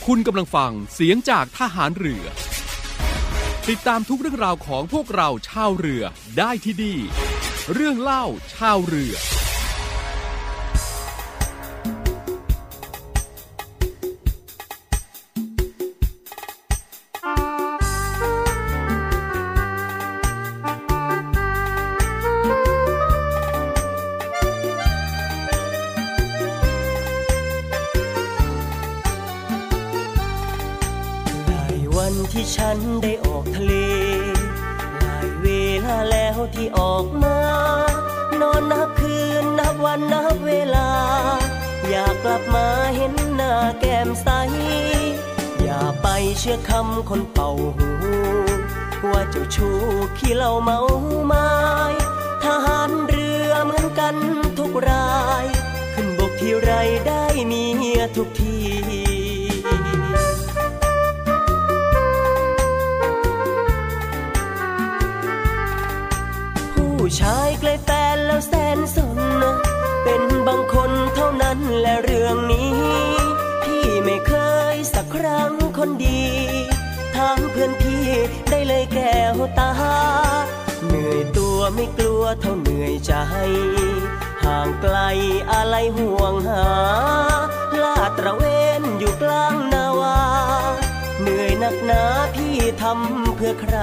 คุณกำลังฟังเสียงจากทหารเรือติดตามทุกเรื่องราวของพวกเราชาวเรือได้ที่นี่เรื่องเล่าชาวเรือที่ฉันได้ออกทะเลหลายเวลาแล้วที่ออกมานอนนับคืนนับวันนับเวลาอยากกลับมาเห็นหน้าแก้มใสอย่าไปเชื่อคำคนเป่าหูว่าเจ้าชู้ขี้เหล้าเมาไม้ทหารเรือเหมือนกันทุกรายขึ้นบกที่ไรได้เมียทุกทีผู้ชายใกล้แฟนแล้วแสนสนเป็นบางคนเท่านั้นและเรื่องนี้พี่ไม่เคยสักครั้งคนดีถามเพื่อนพี่ได้เลยแก้วตาเหนื่อยตัวไม่กลัวเท่าเหนื่อยใจห่างไกลอะไรห่วงหาลาดตระเวนอยู่กลางนาวาเหนื่อยนักหนาพี่ทำเพื่อใคร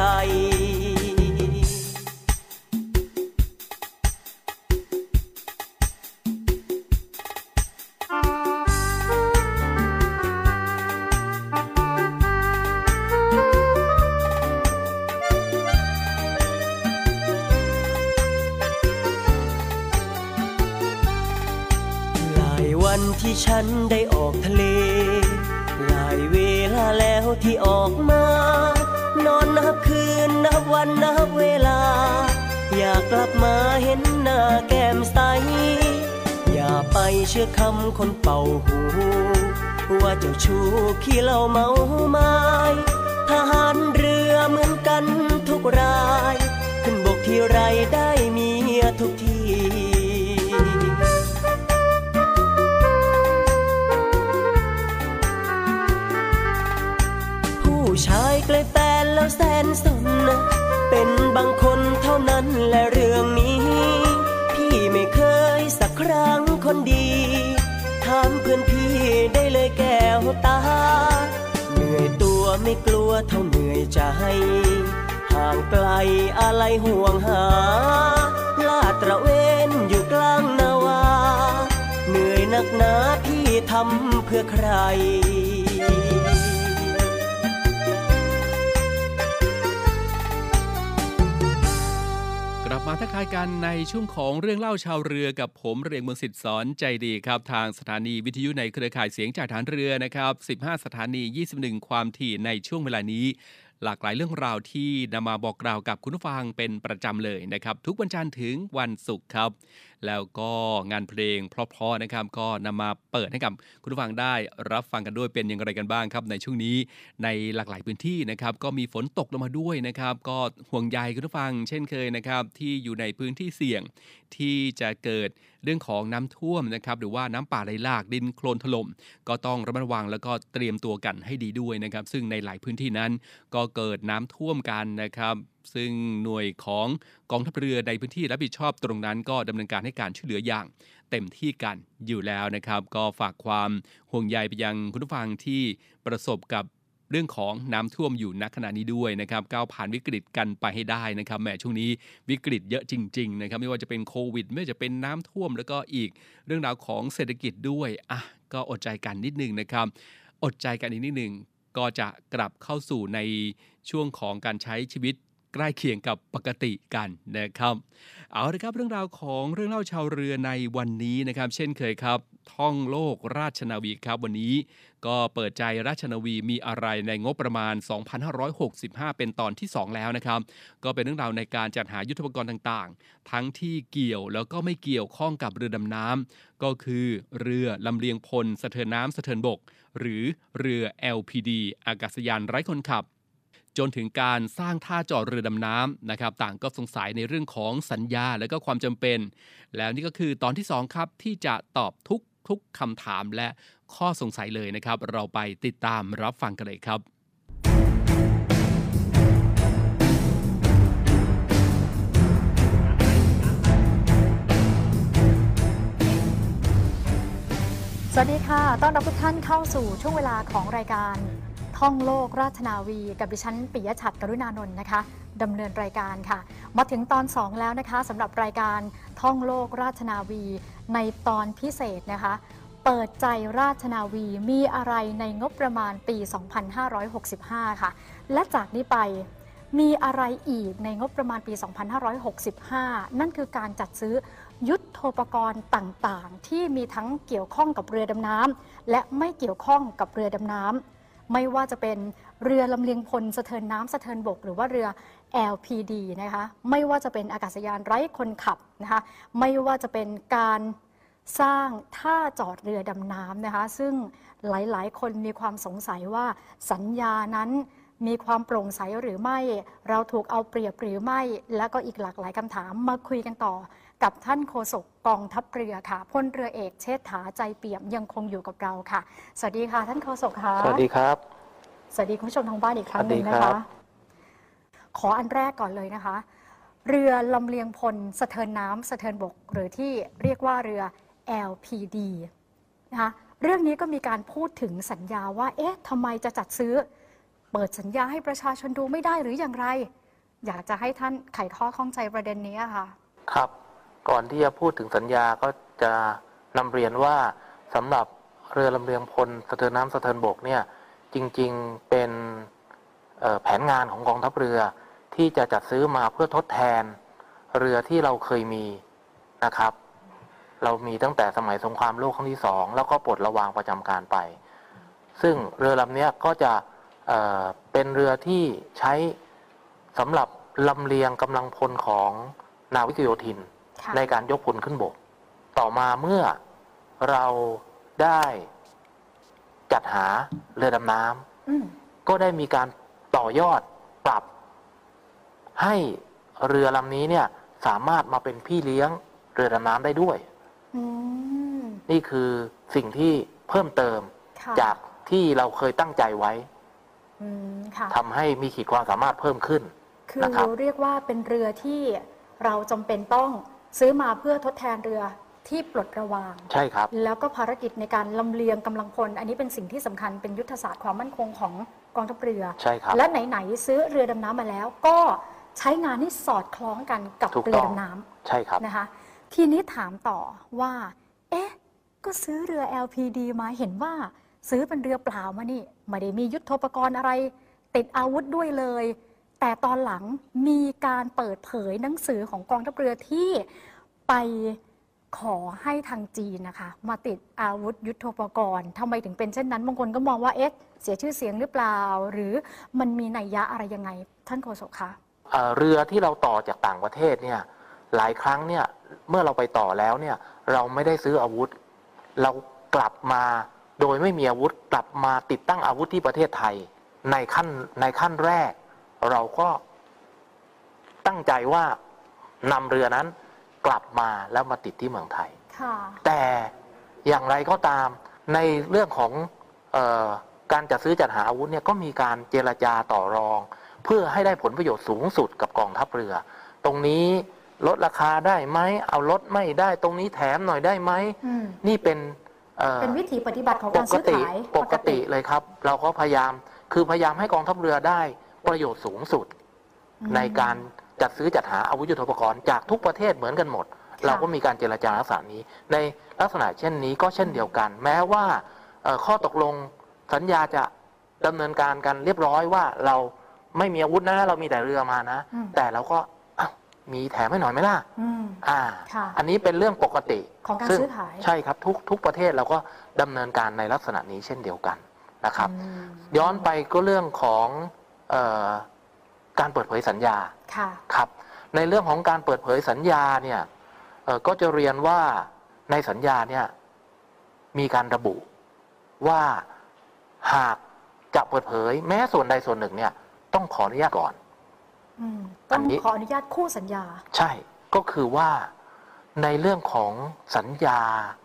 วันที่ฉันได้ออกทะเลหลายเวลาแล้วที่ออกมานอนนับคืนนับวันนับเวลาอยากกลับมาเห็นหน้าแก้มใสอย่าไปเชื่อคำคนเป่าหูว่าเจ้าชู้ขี้เหล้าเมาไม้ทหารเรือเหมือนกันทุกรายขึ้นบกที่ไรได้เมียทุกทีผู้ชายใกล้แฟนแล้วแสนสนเป็นบางคนเท่านั้นและเรื่องนี้พี่ไม่เคยสักครั้งคนดีถามเพื่อนพี่ได้เลยแก้วตาเหนื่อยตัวไม่กลัวเท่าเหนื่อยใจห่างไกลอะไรห่วงหาลาดตระเวนอยู่กลางนาวาเหนื่อยนักหนาพี่ทำเพื่อใครกลับมาทักทายกันในช่วงของเรื่องเล่าชาวเรือกับผมเรียงเมืองสิทธิ์สอนใจดีครับทางสถานีวิทยุในเครือข่ายเสียงจากฐานเรือนะครับ15สถานี21ความถี่ในช่วงเวลานี้หลากหลายเรื่องราวที่นำมาบอกกล่าวกับคุณผู้ฟังเป็นประจำเลยนะครับทุกวันจันทร์ถึงวันศุกร์ครับแล้วก็งานเพลงเพราะๆนะครับก็นำมาเปิดให้กับคุณผู้ฟังได้รับฟังกันด้วยเป็นอย่างไรกันบ้างครับในช่วงนี้ในหลากหลายพื้นที่นะครับก็มีฝนตกลงมาด้วยนะครับก็ห่วงใยคุณผู้ฟังเช่นเคยนะครับที่อยู่ในพื้นที่เสี่ยงที่จะเกิดเรื่องของน้ำท่วมนะครับหรือว่าน้ำป่าไหลหลากดินโคลนถล่มก็ต้องระมัดระวังแล้วก็เตรียมตัวกันให้ดีด้วยนะครับซึ่งในหลายพื้นที่นั้นก็เกิดน้ำท่วมกันนะครับซึ่งหน่วยของกองทัพเรือในพื้นที่รับผิดชอบตรงนั้นก็ดำเนินการให้การช่วยเหลืออย่างเต็มที่กันอยู่แล้วนะครับก็ฝากความห่วงใยไปยังคุณผู้ฟังที่ประสบกับเรื่องของน้ำท่วมอยู่ณขณะนี้ด้วยนะครับก้าวผ่านวิกฤตกันไปให้ได้นะครับแหมช่วงนี้วิกฤตเยอะจริงๆนะครับไม่ว่าจะเป็นโควิดไม่ว่าจะเป็นน้ำท่วมแล้วก็อีกเรื่องราวของเศรษฐกิจด้วยก็อดใจกันนิดนึงนะครับอดใจกันอีกนิดนึงก็จะกลับเข้าสู่ในช่วงของการใช้ชีวิตใกล้เคียงกับปกติกันนะครับเอาละครับเรื่องราวของเรื่องเล่าชาวเรือในวันนี้นะครับเช่นเคยครับท่องโลกราชนาวีครับวันนี้ก็เปิดใจราชนาวีมีอะไรในงบประมาณ 2,565 เป็นตอนที่2แล้วนะครับก็เป็นเรื่องราวในการจัดหายุทโธปกรณ์ต่างๆทั้งที่เกี่ยวแล้วก็ไม่เกี่ยวข้องกับเรือดำน้ำก็คือเรือลำเลียงพลสะเทินน้ำสะเทินบกหรือเรือ LPD อากาศยานไร้คนขับจนถึงการสร้างท่าจอดเรือดำน้ำนะครับต่างก็สงสัยในเรื่องของสัญญาและก็ความจำเป็นแล้วนี่ก็คือตอนที่2ครับที่จะตอบทุกทุกคำถามและข้อสงสัยเลยนะครับเราไปติดตามรับฟังกันเลยครับสวัสดีค่ะต้อนรับทุกท่านเข้าสู่ช่วงเวลาของรายการท่องโลกราชนาวีกับดิฉันปิยะฉัตร กรุณานนท์นะคะดำเนินรายการค่ะมาถึงตอน2แล้วนะคะสำหรับรายการท่องโลกราชนาวีในตอนพิเศษนะคะเปิดใจราชนาวีมีอะไรในงบประมาณปี 2565 ค่ะและจากนี้ไปมีอะไรอีกในงบประมาณปี 2565 นั่นคือการจัดซื้อยุทโธปกรณ์ต่างๆที่มีทั้งเกี่ยวข้องกับเรือดำน้ำและไม่เกี่ยวข้องกับเรือดำน้ำไม่ว่าจะเป็นเรือลำเลียงพลสะเทินน้ำสะเทินบกหรือว่าเรือ LPD นะคะไม่ว่าจะเป็นอากาศยานไร้คนขับนะคะไม่ว่าจะเป็นการสร้างท่าจอดเรือดำน้ำนะคะซึ่งหลายๆคนมีความสงสัยว่าสัญญานั้นมีความโปร่งใสหรือไม่เราถูกเอาเปรียบหรือไม่และก็อีกหลากหลายคำถามมาคุยกันต่อกับท่านโฆษกกองทัพเรือค่ะพลเรือเอกเชษฐาใจเปี่ยมยังคงอยู่กับเราค่ะสวัสดีค่ะท่านโฆษกค่ะสวัสดีครับสวัสดีคุณผู้ชมทางบ้านอีกครั้งหนึ่งนะคะขออันแรกก่อนเลยนะคะเรือลำเลียงพลสะเทินน้ำสะเทินบกหรือที่เรียกว่าเรือ LPD นะคะเรื่องนี้ก็มีการพูดถึงสัญญาว่าเอ๊ะทำไมจะจัดซื้อเปิดสัญญาให้ประชาชนดูไม่ได้หรืออย่างไรอยากจะให้ท่านไขข้อข้องใจประเด็นนี้ค่ะครับก่อนที่จะพูดถึงสัญญาก็จะนำเรียนว่าสำหรับเรือลำเลียงพลสะเทินน้ำสะเทินบกเนี่ยจริงๆเป็นแผนงานของกองทัพเรือที่จะจัดซื้อมาเพื่อทดแทนเรือที่เราเคยมีนะครับเรามีตั้งแต่สมัยสงครามโลกครั้งที่2แล้วก็ปลดระวางประจำการไปซึ่งเรือลำนี้ก็จะเป็นเรือที่ใช้สำหรับลำเลียงกำลังพลของนาวิกโยธินในการยกพลขึ้นบกต่อมาเมื่อเราได้จัดหาเรือดำน้ำก็ได้มีการต่อยอดปรับให้เรือลำนี้เนี่ยสามารถมาเป็นพี่เลี้ยงเรือดำน้ำได้ด้วยนี่คือสิ่งที่เพิ่มเติมจากที่เราเคยตั้งใจไว้ทำให้มีขีดความสามารถเพิ่มขึ้นคือเรียกว่าเป็นเรือที่เราจำเป็นต้องซื้อมาเพื่อทดแทนเรือที่ปลดระวางใช่ครับแล้วก็ภารกิจในการลำเลียงกำลังพลอันนี้เป็นสิ่งที่สำคัญเป็นยุทธศาสตร์ความมั่นคงของกองทัพเรือใช่ครับและไหนๆซื้อเรือดำน้ำมาแล้วก็ใช้งานที่สอดคล้องกันกับเรือดำน้ำใช่ครับนะคะทีนี้ถามต่อว่าเอ๊ะก็ซื้อเรือ LPD มาเห็นว่าซื้อเป็นเรือเปล่ามานี่ไม่ได้มียุทโธปกรณ์อะไรติดอาวุธด้วยเลยแต่ตอนหลังมีการเปิดเผยหนังสือของกองทัพเรือที่ไปขอให้ทางจีนนะคะมาติดอาวุธยุทโธปกรณ์ทำไมถึงเป็นเช่นนั้นบางคนก็มองว่าเอ๊ะเสียชื่อเสียงหรือเปล่าหรือมันมีนัยยะอะไรยังไงท่านโฆษกคะเรือที่เราต่อจากต่างประเทศเนี่ยหลายครั้งเนี่ยเมื่อเราไปต่อแล้วเนี่ยเราไม่ได้ซื้ออาวุธเรากลับมาโดยไม่มีอาวุธกลับมาติดตั้งอาวุธที่ประเทศไทยในขั้นแรกเราก็ตั้งใจว่านำเรือนั้นกลับมาแล้วมาติดที่เมืองไทยแต่อย่างไรก็ตามในเรื่องของการจัดซื้อจัดหาอาวุธเนี่ยก็มีการเจรจาต่อรองเพื่อให้ได้ผลประโยชน์สูงสุดกับกองทัพเรือตรงนี้ลดราคาได้ไหมเอาลดไม่ได้ตรงนี้แถมหน่อยได้ไหมนี่เป็นวิธีปฏิบัติของการซื้อขายปกติเลยครับเราก็พยายามให้กองทัพเรือได้ประโยชน์สูงสุดในการจัดซื้อจัดหาอาวุธยุทโธปกรณ์จากทุกประเทศเหมือนกันหมดเราก็มีการเจรจาลักษณะนี้ในลักษณะเช่นนี้ก็เช่นเดียวกันแม้ว่าข้อตกลงสัญญาจะดำเนินการกันเรียบร้อยว่าเราไม่มีอาวุธนะเรามีแต่เรือมานะแต่เราก็มีแถมให้หน่อยไหมล่ะอันนี้เป็นเรื่องปกติของการซื้อขายใช่ครับทุกประเทศเราก็ดำเนินการในลักษณะนี้เช่นเดียวกันนะครับย้อนไปก็เรื่องของการเปิดเผยสัญญาครับในเรื่องของการเปิดเผยสัญญาเนี่ยก็จะเรียนว่าในสัญญาเนี่ยมีการระบุว่าหากจะเปิดเผยแม้ส่วนใดส่วนหนึ่งเนี่ยต้องขออนุญาตก่อนต้องขออนุญาตคู่สัญญาใช่ก็คือว่าในเรื่องของสัญญา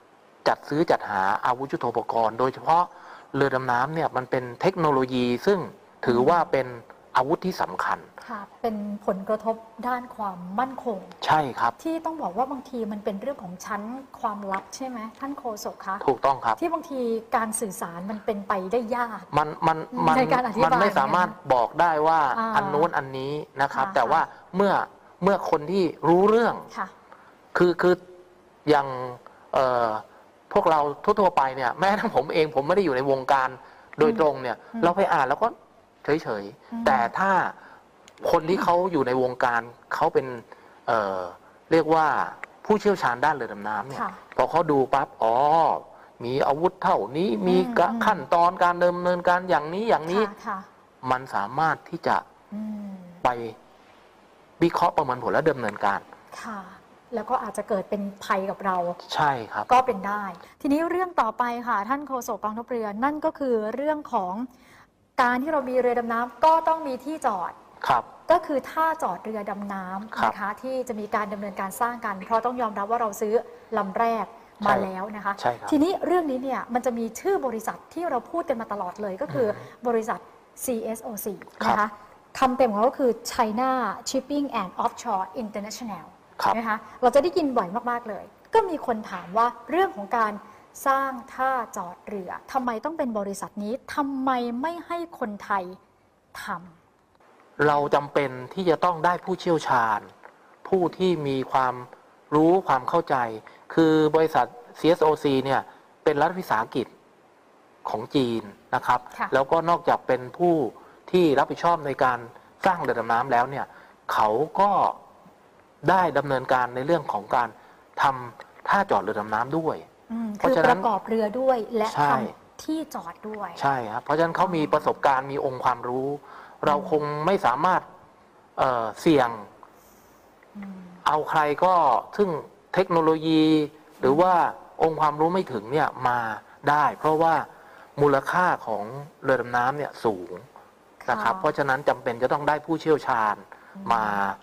จัดซื้อจัดหาอาวุธยุทโธปกรณ์โดยเฉพาะเรือดำน้ำเนี่ยมันเป็นเทคโนโลยีซึ่งถือว่าเป็นอาวุธที่สำคัญค่ะเป็นผลกระทบด้านความมั่นคงใช่ครับที่ต้องบอกว่าบางทีมันเป็นเรื่องของชั้นความลับใช่ไหมท่านโฆษกคะถูกต้องครับที่บางทีการสื่อสารมันเป็นไปได้ยากในการอธิบายมันไม่สามารถบอกได้ว่าอันโน้นอันนี้นะครับแต่ว่าเมื่อคนที่รู้เรื่องคืออย่างพวกเราทั่วไปเนี่ยแม้ทั้งผมเองผมไม่ได้อยู่ในวงการโดยตรงเนี่ยเราไปอ่านแล้วก็เฉยๆแต่ถ้าคนที่เขาอยู่ในวงการเขาเป็นเรียกว่าผู้เชี่ยวชาญด้านเรือดำน้ำเนี่ยพอเขาดูปั๊บมีอาวุธเท่านี้มีขั้นตอนการดำเนินการอย่างนี้มันสามารถที่จะไปวิเคราะห์ประเมินผลและดำเนินการค่ะแล้วก็อาจจะเกิดเป็นภัยกับเราใช่ครับก็เป็นได้ทีนี้เรื่องต่อไปค่ะท่านโฆษกกองทัพเรือนั่นก็คือเรื่องของการที่เรามีเรือดำน้ำก็ต้องมีที่จอดครับก็คือท่าจอดเรือดำน้ำนะคะที่จะมีการดำเนินการสร้างกันเพราะต้องยอมรับว่าเราซื้อลำแรกมาแล้วนะคะทีนี้เรื่องนี้เนี่ยมันจะมีชื่อบริษัทที่เราพูดกันมาตลอดเลยก็คือบริษัท CSOC นะคะคำเต็มของเขาก็คือ China Shipping and Offshore International นะคะเราจะได้ยินบ่อยมากๆเลยก็มีคนถามว่าเรื่องของการสร้างท่าจอดเรือทำไมต้องเป็นบริษัทนี้ทำไมไม่ให้คนไทยทำเราจำเป็นที่จะต้องได้ผู้เชี่ยวชาญผู้ที่มีความรู้ความเข้าใจคือบริษัท CSOC เนี่ยเป็นรัฐวิสาหกิจของจีนนะครับแล้วก็นอกจากเป็นผู้ที่รับผิดชอบในการสร้างเรือดำน้ำแล้วเนี่ยเขาก็ได้ดำเนินการในเรื่องของการทำท่าจอดเรือดำน้ำด้วยคือประกอบเรือด้วยและทำที่จอดด้วยใช่ครับเพราะฉะนั้นเขามีประสบการณ์มีองค์ความรู้เราคงไม่สามารถเสี่ยงเอาใครก็ซึ่งเทคโนโลยีหรือว่าองค์ความรู้ไม่ถึงเนี่ยมาได้เพราะว่ามูลค่าของเรือดำน้ำเนี่ยสูงนะครับเพราะฉะนั้นจำเป็นจะต้องได้ผู้เชี่ยวชาญมา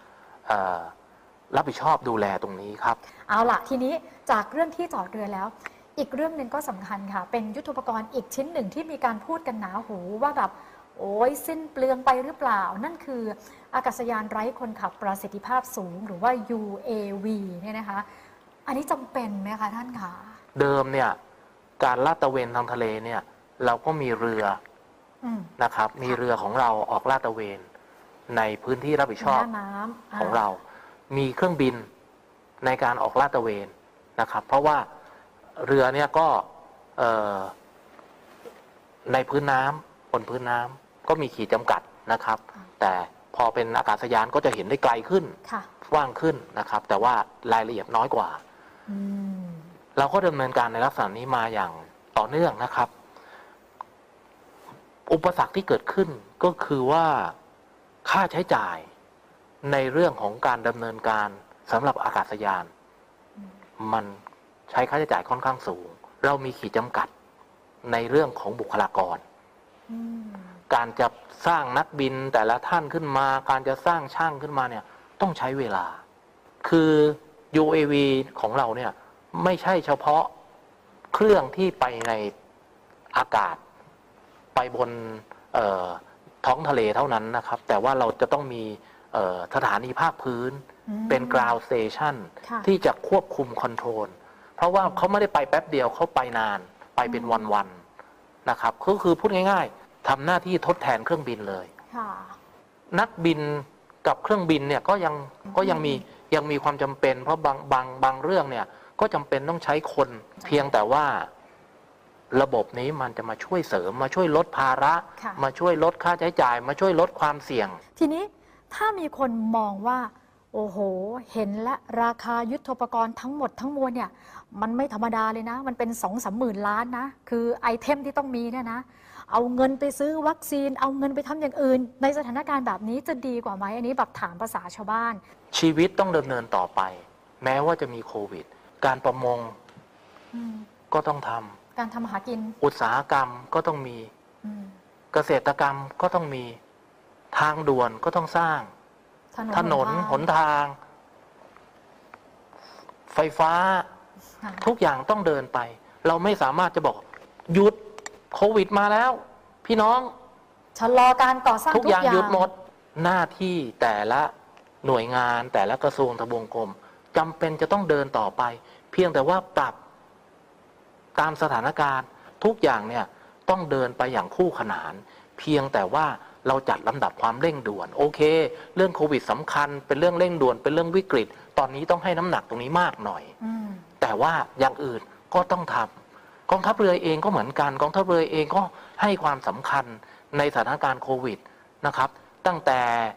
รับผิดชอบดูแลตรงนี้ครับเอาล่ะทีนี้จากเรื่องที่จอดเรือแล้วอีกเรื่องหนึ่งก็สำคัญค่ะเป็นยุทโธปกรณ์อีกชิ้นหนึ่งที่มีการพูดกันหนาหูว่าแบบโอ้ยสิ้นเปลืองไปหรือเปล่านั่นคืออากาศยานไร้คนขับประสิทธิภาพสูงหรือว่า UAV เนี่ยนะคะอันนี้จำเป็นไหมคะท่านคะเดิมเนี่ยการลาดตระเวนทางทะเลเนี่ยเราก็มีเรือนะครับมีเรือของเราออกลาดตระเวนในพื้นที่รับผิดชอบของเรามีเครื่องบินในการออกลาดตระเวนนะครับเพราะว่าเรือเนี่ยก็ในพื้นน้ำบนพื้นน้ำก็มีขีดจำกัดนะครับแต่พอเป็นอากาศยานก็จะเห็นได้ไกลขึ้นกว้างขึ้นนะครับแต่ว่ารายละเอียดน้อยกว่าเราก็ดำเนินการในลักษณะนี้มาอย่างต่อเนื่องนะครับอุปสรรคที่เกิดขึ้นก็คือว่าค่าใช้จ่ายในเรื่องของการดำเนินการสำหรับอากาศยานมันใช้ค่าใช้จ่ายค่อนข้างสูงเรามีขีดจำกัดในเรื่องของบุคลากรการจะสร้างนักบินแต่ละท่านขึ้นมาการจะสร้างช่างขึ้นมาเนี่ยต้องใช้เวลาคือ UAV ของเราเนี่ยไม่ใช่เฉพาะเครื่องที่ไปในอากาศไปบนท้องทะเลเท่านั้นนะครับแต่ว่าเราจะต้องมีสถานีภาคพื้นเป็น ground station ที่จะควบคุมคอนโทรลเพราะว่าเขาไม่ได้ไปแป๊บเดียวเขาไปนานไปเป็นวันๆนะครับก็คือพูดง่ายๆทำหน้าที่ทดแทนเครื่องบินเลยนักบินกับเครื่องบินเนี่ยก็ยังมีความจำเป็นเพราะบางเรื่องเนี่ยก็จำเป็นต้องใช้คนเพียงแต่ว่าระบบนี้มันจะมาช่วยเสริมมาช่วยลดภาระมาช่วยลดค่าใช้จ่ายมาช่วยลดความเสี่ยงทีนี้ถ้ามีคนมองว่าโอ้โหเห็นและราคายุทโธปกรณ์ทั้งหมดทั้งมวลเนี่ยมันไม่ธรรมดาเลยนะมันเป็น 2-3 หมื่นล้านนะคือไอเทมที่ต้องมีเนี่ยนะเอาเงินไปซื้อวัคซีนเอาเงินไปทำอย่างอื่นในสถานการณ์แบบนี้จะดีกว่าไหมอันนี้แบบถามภาษาชาวบ้านชีวิตต้องดำเนินต่อไปแม้ว่าจะมีโควิดการประมงก็ต้องทำการทำหากินอุตสาหกรรมก็ต้องมีเกษตรกรรมก็ต้องมีทางด่วนก็ต้องสร้างถนนหนทางไฟฟ้าทุกอย่างต้องเดินไปเราไม่สามารถจะบอกหยุดโควิดมาแล้วพี่น้องชะลอการก่อสร้างทุกอย่างหยุดหมดหน้าที่แต่ละหน่วยงานแต่ละกระทรวงทบวงกรมจำเป็นจะต้องเดินต่อไปเพียงแต่ว่าปรับตามสถานการณ์ทุกอย่างเนี่ยต้องเดินไปอย่างคู่ขนานเพียงแต่ว่าเราจัดลำดับความเร่งด่วนโอเคเรื่องโควิดสำคัญเป็นเรื่องเร่งด่วนเป็นเรื่องวิกฤตตอนนี้ต้องให้น้ำหนักตรงนี้มากหน่อยแต่ว่าอย่างอื่นก็ต้องทำกองทัพเรือเองก็เหมือนกันกองทัพเรือเองก็ให้ความสำคัญในสถานการณ์โควิดนะครับตั้งแต่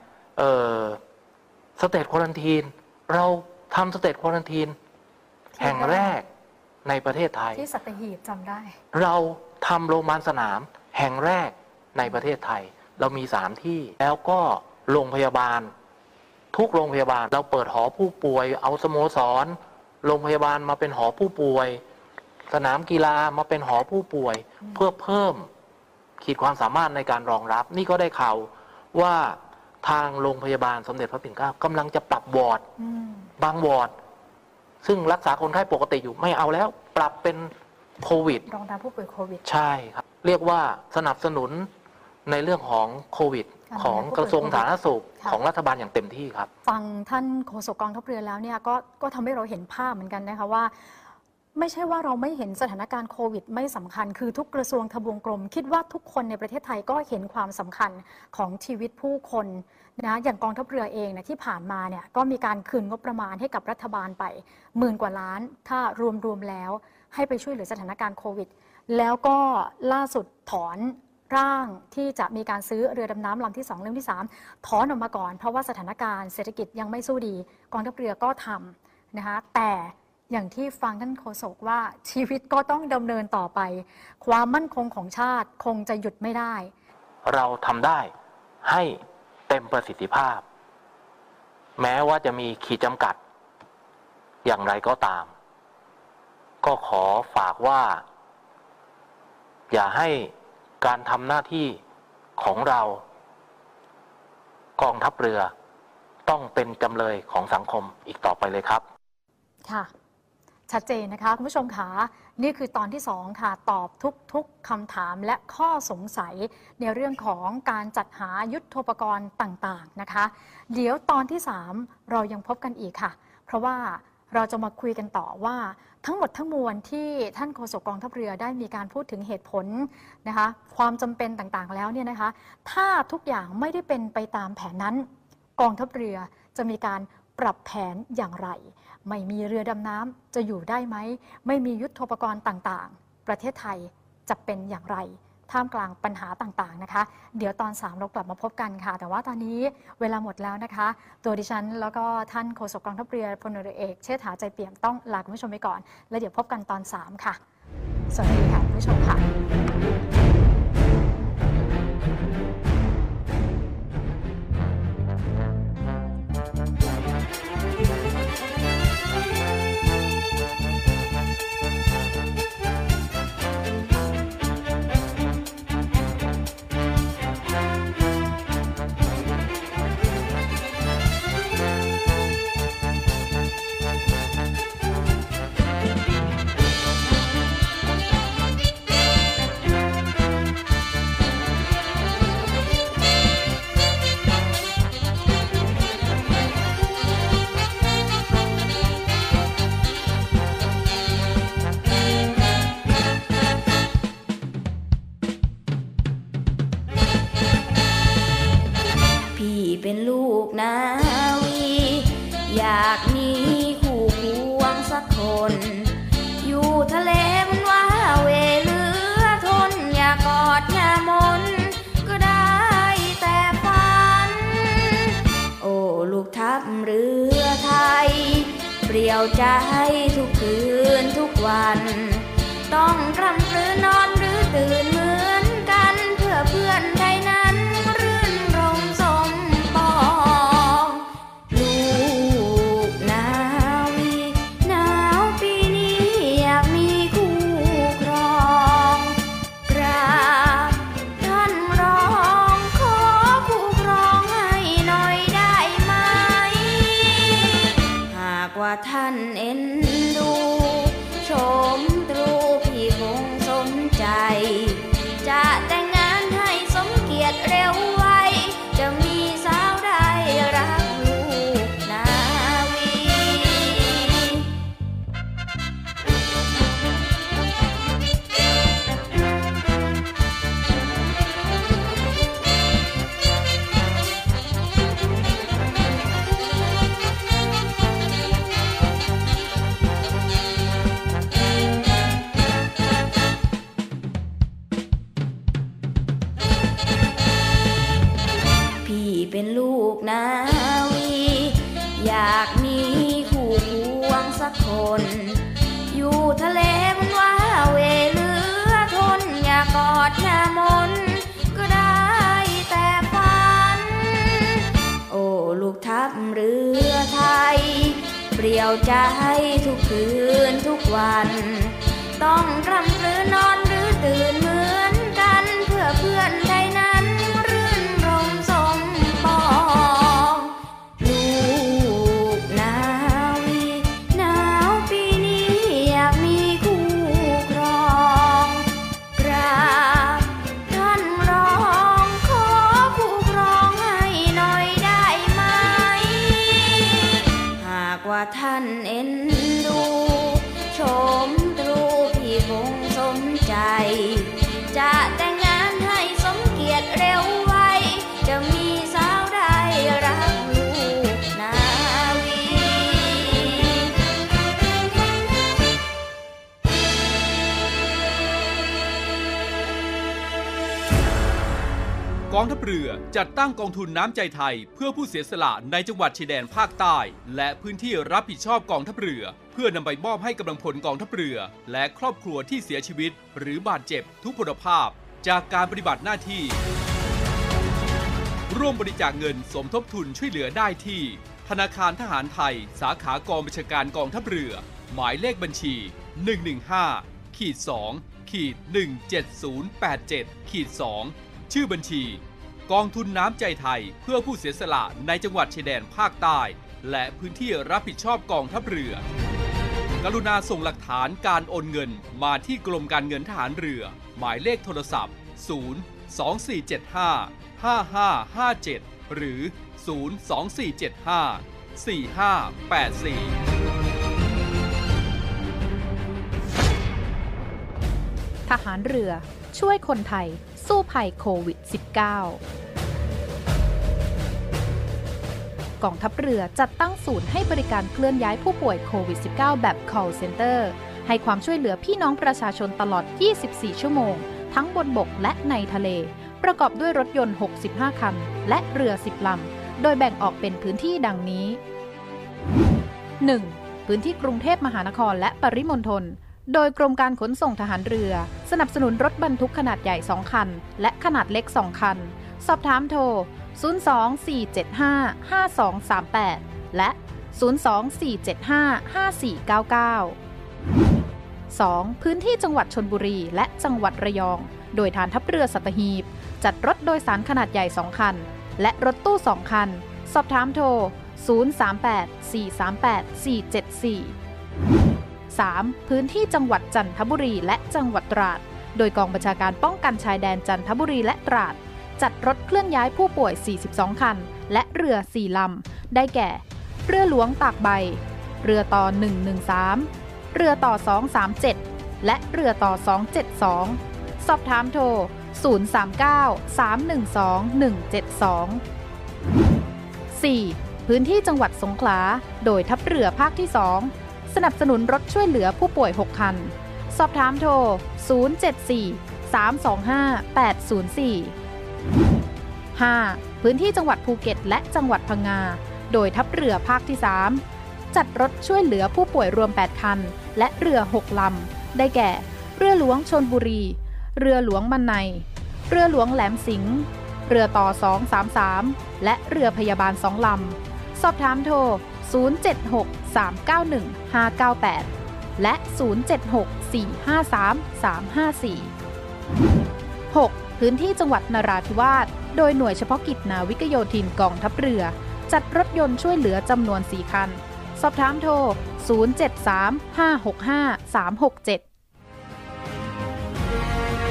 สเตทควอรันทีนเราทำสเตทควอรันทีนแห่งแรกในประเทศไทยที่สัตหีบจำได้เราทำโรงพยาบาลสนามแห่งแรกในประเทศไทยเรามี3ที่แล้วก็โรงพยาบาลทุกโรงพยาบาลเราเปิดหอผู้ป่วยเอาสโมสรโรงพยาบาลมาเป็นหอผู้ป่วยสนามกีฬามาเป็นหอผู้ป่วยเพื่อเพิ่มขีดความสามารถในการรองรับนี่ก็ได้ข่าวว่าทางโรงพยาบาลสมเด็จพระปิ่นเกล้ากำลังจะปรับบอร์ดบางวอร์ดซึ่งรักษาคนไข้ปกติอยู่ไม่เอาแล้วปรับเป็นโควิดรองรับผู้ป่วยโควิดใช่ครับเรียกว่าสนับสนุนในเรื่องของโควิดของกระทรวงสาธารณสุขของรัฐบาลอย่างเต็มที่ครับฟังท่านโฆษกกองทัพเรือแล้วเนี่ยก็ทำให้เราเห็นภาพเหมือนกันนะคะว่าไม่ใช่ว่าเราไม่เห็นสถานการณ์โควิดไม่สำคัญคือทุกกระทรวงทบวงกรมคิดว่าทุกคนในประเทศไทยก็เห็นความสำคัญของชีวิตผู้คนนะอย่างกองทัพเรือเองนะที่ผ่านมาเนี่ยก็มีการคืนงบประมาณให้กับรัฐบาลไป10,000 กว่าล้านถ้ารวมแล้วให้ไปช่วยเหลือสถานการณ์โควิดแล้วก็ล่าสุดถอนร่างที่จะมีการซื้อเรือดำน้ำลำที่2ลำที่3ถอนออกมาก่อนเพราะว่าสถานการณ์เศรษฐกิจยังไม่สู้ดีกองทัพเรือก็ทำนะคะแต่อย่างที่ฟังท่านโฆษกว่าชีวิตก็ต้องดำเนินต่อไปความมั่นคงของชาติคงจะหยุดไม่ได้เราทำได้ให้เต็มประสิทธิภาพแม้ว่าจะมีขีดจำกัดอย่างไรก็ตามก็ขอฝากว่าอย่าให้การทำหน้าที่ของเรากองทัพเรือต้องเป็นจำเลยของสังคมอีกต่อไปเลยครับค่ะชัดเจนนะคะคุณผู้ชมคะนี่คือตอนที่2ค่ะตอบทุกคำถามและข้อสงสัยในเรื่องของการจัดหายุทโธปกรณ์ต่างๆนะคะเดี๋ยวตอนที่3เรายังพบกันอีกค่ะเพราะว่าเราจะมาคุยกันต่อว่าทั้งหมดทั้งมวลที่ท่านโฆษกกองทัพเรือได้มีการพูดถึงเหตุผลนะคะความจำเป็นต่างๆแล้วเนี่ยนะคะถ้าทุกอย่างไม่ได้เป็นไปตามแผนนั้นกองทัพเรือจะมีการปรับแผนอย่างไรไม่มีเรือดำน้ำจะอยู่ได้ไหมไม่มียุทโธปกรณ์ต่างๆประเทศไทยจะเป็นอย่างไรท่ามกลางปัญหาต่างๆนะคะเดี๋ยวตอน3เรากลับมาพบกันค่ะแต่ว่าตอนนี้เวลาหมดแล้วนะคะตัวดิฉันแล้วก็ท่านโฆษกกองทัพเรือพลเรือเอกเชษฐาใจเปี่ยมต้องลาคุณผู้ชมไปก่อนแล้วเดี๋ยวพบกันตอน3ค่ะสวัสดีค่ะคุณผู้ชมค่ะเป็นลูกนาวีอยากมีคู่ควงสักคนอยู่ทะเลมันว่าเวเหลือทนอย่ากอดอย่ามนก็ได้แต่ฝันโอ้ลูกทัพเรือไทยเปลี่ยวใจทุกคืนทุกวันต้องกร่ำกลืนนอนหรือตื่นเหมือนกันเพื่อเพื่อนไทยนั้นรื่นรมสมปองลูกนาวีหนาวปีนี้อยากมีคู่ครองกราบท่านรองขอคู่ครองให้หน่อยได้ไหมหากว่าท่านเอ็นดูชมตรูพี่จะแต่งงานให้สมเกียรติเร็วไวจะมีสาวใดรักลูกนาวีเป็นลูกนาวีอยากมีคู่ควงสักคนอยู่ทะเลมันว่าเวเหลือทนอยากกอดแค่มนก็ได้แต่ฝันโอ้ลูกทัพเรือไทยเปลี่ยวใจทุกคืนทุกวันต้องรำหรือนอนหรือตื่นเหมือนกันเพื่อเพื่อนไทยนั้นรื่นรมสมปองลูกนาวีหนาวปีนี้อยากมีคู่ครองกราบท่านรองขอคู่ครองให้หน่อยได้ไหมหากว่าท่านเอ็นดูชมตรูพี่คงสมใจจะแต่งงานให้สมเกียรติเร็วไวจะมีสาวใดรักลูกนาวีกองทัพเรือจัดตั้งกองทุนน้ำใจไทยเพื่อผู้เสียสละในจังหวัดชายแดนภาคใต้และพื้นที่รับผิดชอบกองทัพเรือเพื่อนำไปมอบให้กำลังพลกองทัพเรือและครอบครัวที่เสียชีวิตหรือบาดเจ็บทุกพลภาพจากการปฏิบัติหน้าที่ร่วมบริจาคเงินสมทบทุนช่วยเหลือได้ที่ธนาคารทหารไทยสาขากองบัญชาการกองทัพเรือหมายเลขบัญชี 115-2-17087-2ชื่อบัญชีกองทุนน้ำใจไทยเพื่อผู้เสียสละในจังหวัดชายแดนภาคใต้และพื้นที่รับผิดชอบกองทัพเรือกรุณาส่งหลักฐานการโอนเงินมาที่กรมการเงินทหารเรือหมายเลขโทรศัพท์024755557หรือ024754584 ทหารเรือช่วยคนไทยสู้ภัยโควิด -19 กองทัพเรือจัดตั้งศูนย์ให้บริการเคลื่อนย้ายผู้ป่วยโควิด -19 แบบ call center ให้ความช่วยเหลือพี่น้องประชาชนตลอด 24 ชั่วโมงทั้งบนบกและในทะเลประกอบด้วยรถยนต์ 65 คันและเรือ 10 ลำโดยแบ่งออกเป็นพื้นที่ดังนี้ 1. พื้นที่กรุงเทพมหานครและปริมณฑลโดยกรมการขนส่งทหารเรือสนับสนุนรถบรรทุกขนาดใหญ่ 2 คันและขนาดเล็ก 2 คันสอบถามโทร 024755238 และ 024755499 2. พื้นที่จังหวัดชลบุรีและจังหวัดระยองโดยฐานทัพเรือสัตหีบจัดรถโดยสารขนาดใหญ่ 2 คันและรถตู้ 2 คันสอบถามโทร 038-438-474 3. พื้นที่จังหวัดจันทบุรีและจังหวัดตราดโดยกองบัญชาการป้องกันชายแดนจันทบุรีและตราดจัดรถเคลื่อนย้ายผู้ป่วย 42 คันและเรือ 4 ลำได้แก่เรือหลวงตากใบเรือต่อ 113 เรือต่อ 237 และเรือต่อ 272 สอบถามโทร 039-312-172 4. พื้นที่จังหวัดสงขลาโดยทัพเรือภาคที่ 2สนับสนุนรถช่วยเหลือผู้ป่วย 6 คันสอบถามโทร 074-325-804 5. พื้นที่จังหวัดภูเก็ตและจังหวัดพังงาโดยทัพเรือภาคที่ 3จัดรถช่วยเหลือผู้ป่วยรวม 8 คันและเรือ 6 ลำได้แก่เรือหลวงชลบุรีเรือหลวงมันในเรือหลวงแหลมสิงห์เรือต่อ 233 และเรือพยาบาล 2 ลำสอบถามโทร 076-391-598 และ 076-453-354 6. พื้นที่จังหวัดนราธิวาสโดยหน่วยเฉพาะกิจนาวิกโยธินกองทัพเรือจัดรถยนต์ช่วยเหลือจำนวน 4 คันสอบถามโทร 073-565-367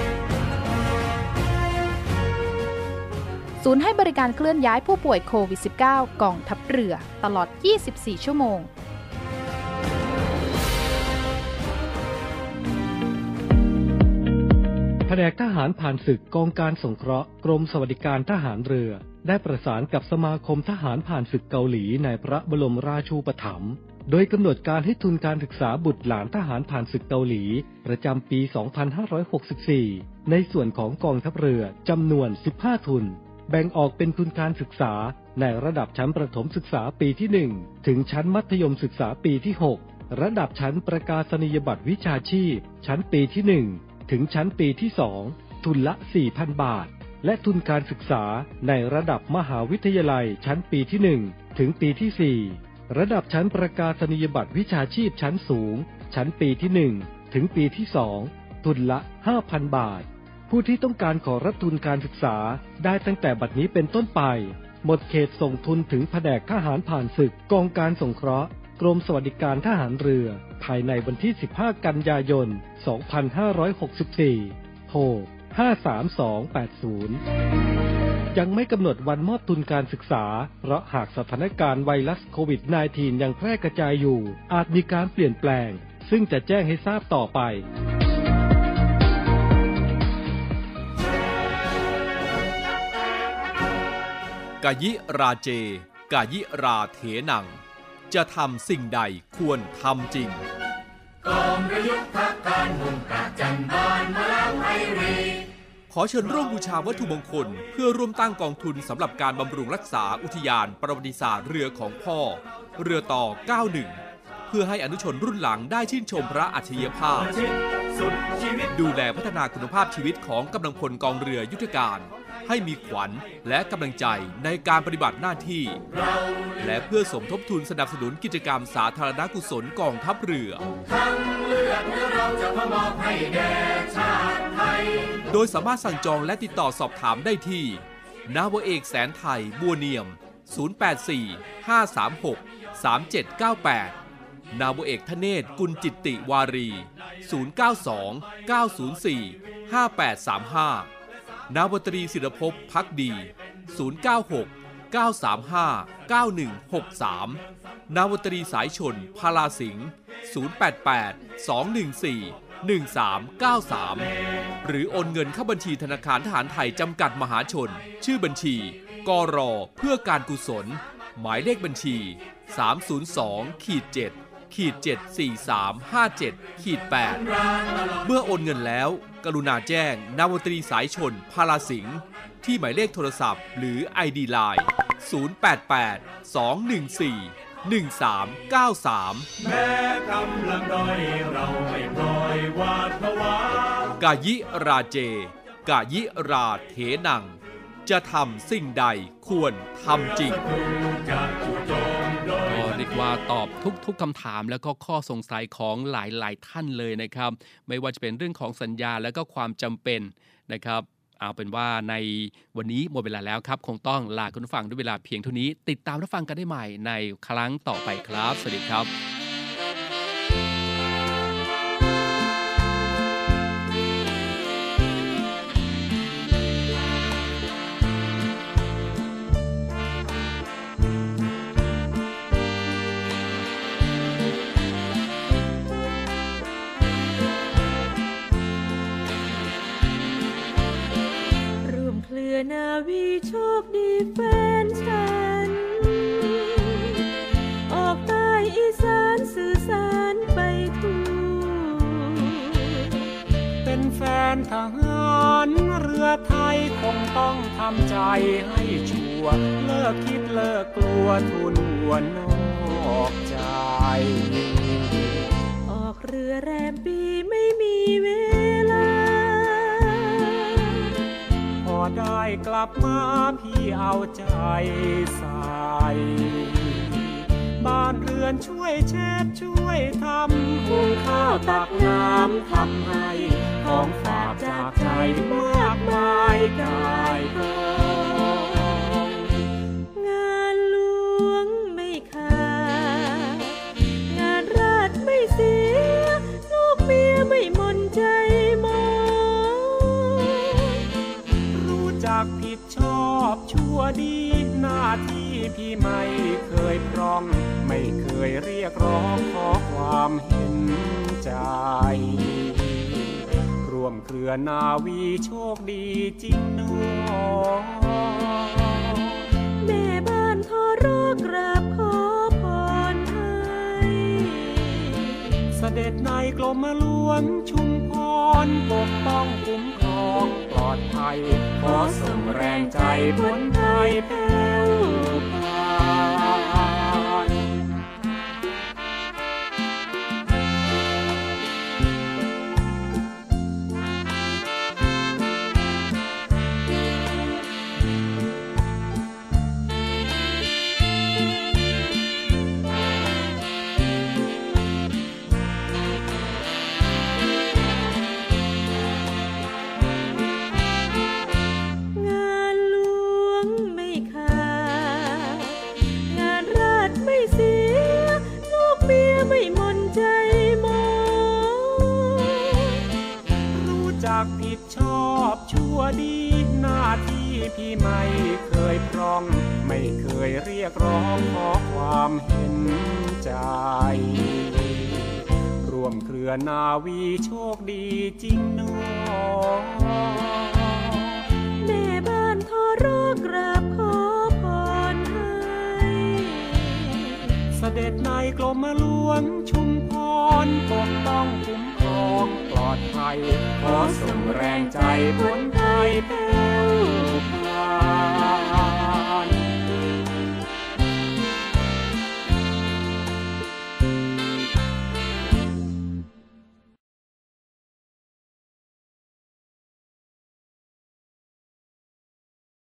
ศูนย์ให้บริการเคลื่อนย้ายผู้ป่วยโควิด -19 กองทัพเรือตลอด 24 ชั่วโมงแผนกทหารผ่านศึกกองการสงเคราะห์กรมสวัสดิการทหารเรือได้ประสานกับสมาคมทหารผ่านศึกเกาหลีในพระบรมราชูปถัมภ์โดยกำหนดการให้ทุนการศึกษาบุตรหลานทหารผ่านศึกเกาหลีประจำปี 2564 ในส่วนของกองทัพเรือจำนวน 15 ทุนแบ่งออกเป็นทุนการศึกษาในระดับชั้นประถมศึกษาปีที่ 1 ถึงชั้นมัธยมศึกษาปีที่ 6 ระดับชั้นประกาศนียบัตรวิชาชีพชั้นปีที่ 1 ถึงชั้นปีที่ 2 ทุนละ 4,000 บาทและทุนการศึกษาในระดับมหาวิทยาลัยชั้นปีที่ 1 ถึงปีที่ 4 ระดับชั้นประกาศนียบัตรวิชาชีพชั้นสูงชั้นปีที่ 1 ถึงปีที่ 2 ทุนละ 5,000 บาทผู้ที่ต้องการขอรับทุนการศึกษาได้ตั้งแต่บัดนี้เป็นต้นไปหมดเขตส่งทุนถึงแผนกทหารผ่านศึกกองการสงเคราะห์กรมสวัสดิการทหารเรือภายในวันที่ 15 กันยายน 2564 โทร 53280 ยังไม่กำหนดวันมอบทุนการศึกษาเพราะหากสถานการณ์ไวรัสโควิด -19 ยังแพร่กระจายอยู่อาจมีการเปลี่ยนแปลงซึ่งจะแจ้งให้ทราบต่อไปกายิราเจกายิราเถนังจะทำสิ่งใดควรทำจริงกองประยุทธ์พักการมุ่งประจันบานมาแล้วไอรีขอเชิญร่วมบูชาวัตถุมงคลเพื่อร่วมตั้งกองทุนสำหรับการบำรุงรักษาอุทยานประวัติศาสตร์เรือของพ่อเรือต่อ 91 เพื่อให้อนุชนรุ่นหลังได้ชื่นชมพระอัจฉริยภาพดูแลพัฒนาคุณภาพชีวิตของกำลังพลกองเรือยุทธการให้มีขวัญและกำลังใจในการปฏิบัติหน้าที่และเพื่อสมทบทุนสนับสนุนกิจกรรมสาธารณกุศลกองทัพเรือโดยสามารถสั่งจองและติดต่อสอบถามได้ที่นาวาเอกแสนไทยบัวเนียม 084-536-3798 นาวาเอกธเนศกุลจิตติวารี 092-904-5835นาวตรีศิรภพภักดี 096-935-9163 นาวตรีสายชนพาลาสิงห์ 088-214-1393 หรือโอนเงินเข้าบัญชีธนาคารทหารไทยจำกัดมหาชนชื่อบัญชีกร.เพื่อการกุศลหมายเลขบัญชี 302-7-74357-8 เมื่อโอนเงินแล้วกรุณาแจ้งนาวตรีสายชนพาลาสิงห์ที่หมายเลขโทรศัพท์หรือ ID Line 088-214-1393 แม้กำลังด้อยเราไม่ปล่อยวาดภาวะกายิราเจกายิราเถนังจะทำสิ่งใดควรทำจริงก็เรียกว่าตอบทุกคำถามแล้วก็ข้อสงสัยของหลายท่านเลยนะครับไม่ว่าจะเป็นเรื่องของสัญญาและก็ความจำเป็นนะครับเอาเป็นว่าในวันนี้หมดเวลาแล้วครับคงต้องลาคุณผู้ฟังด้วยเวลาเพียงเท่านี้ติดตามรับฟังกันได้ใหม่ในครั้งต่อไปครับสวัสดีครับนาวีโชคดีแฟนฉันออกใต้อีสานสื่อสารไปทั่วเป็นแฟนทหารเรือไทยคงต้องทำใจให้ชัวร์เลิกคิดเลิกกลัวทุนหัวนอกใจออกเรือแรมปีไม่มีเวลาพอได้กลับมาพี่เอาใจใส่บ้านเรือนช่วยเช็ดช่วยทำหุงข้าวตักน้ำทำให้ของฝากจากใจมากมายกายกองงานหลวงไม่ขาดงานราชไม่เสียลูกเมียไม่หม่นใจมองจากผิดชอบชั่วดีหน้าที่พี่ไม่เคยพร่องไม่เคยเรียกร้องขอความเห็นใจร่วมเครือนาวีโชคดีจริงหนอแม่บ้านขอร้องกราบขอพรให้เสด็จในกรมหลวงชุมพรปกป้องคุ้มครองปลอดภัยขอส่งแรงใจบนไทยแผ่วพานผิดชอบชั่วดีหน้าที่พี่ไม่เคยพร่องไม่เคยเรียกร้องขอความเห็นใจร่วมเครือนาวีโชคดีจริงหนอแม่บ้านขอร้องกราบขอพรให้เสด็จในกรมหลวงชุมพรปกป้องคุ้มครองปลอดภัยขอส่งแรงใจบนไทยแผ่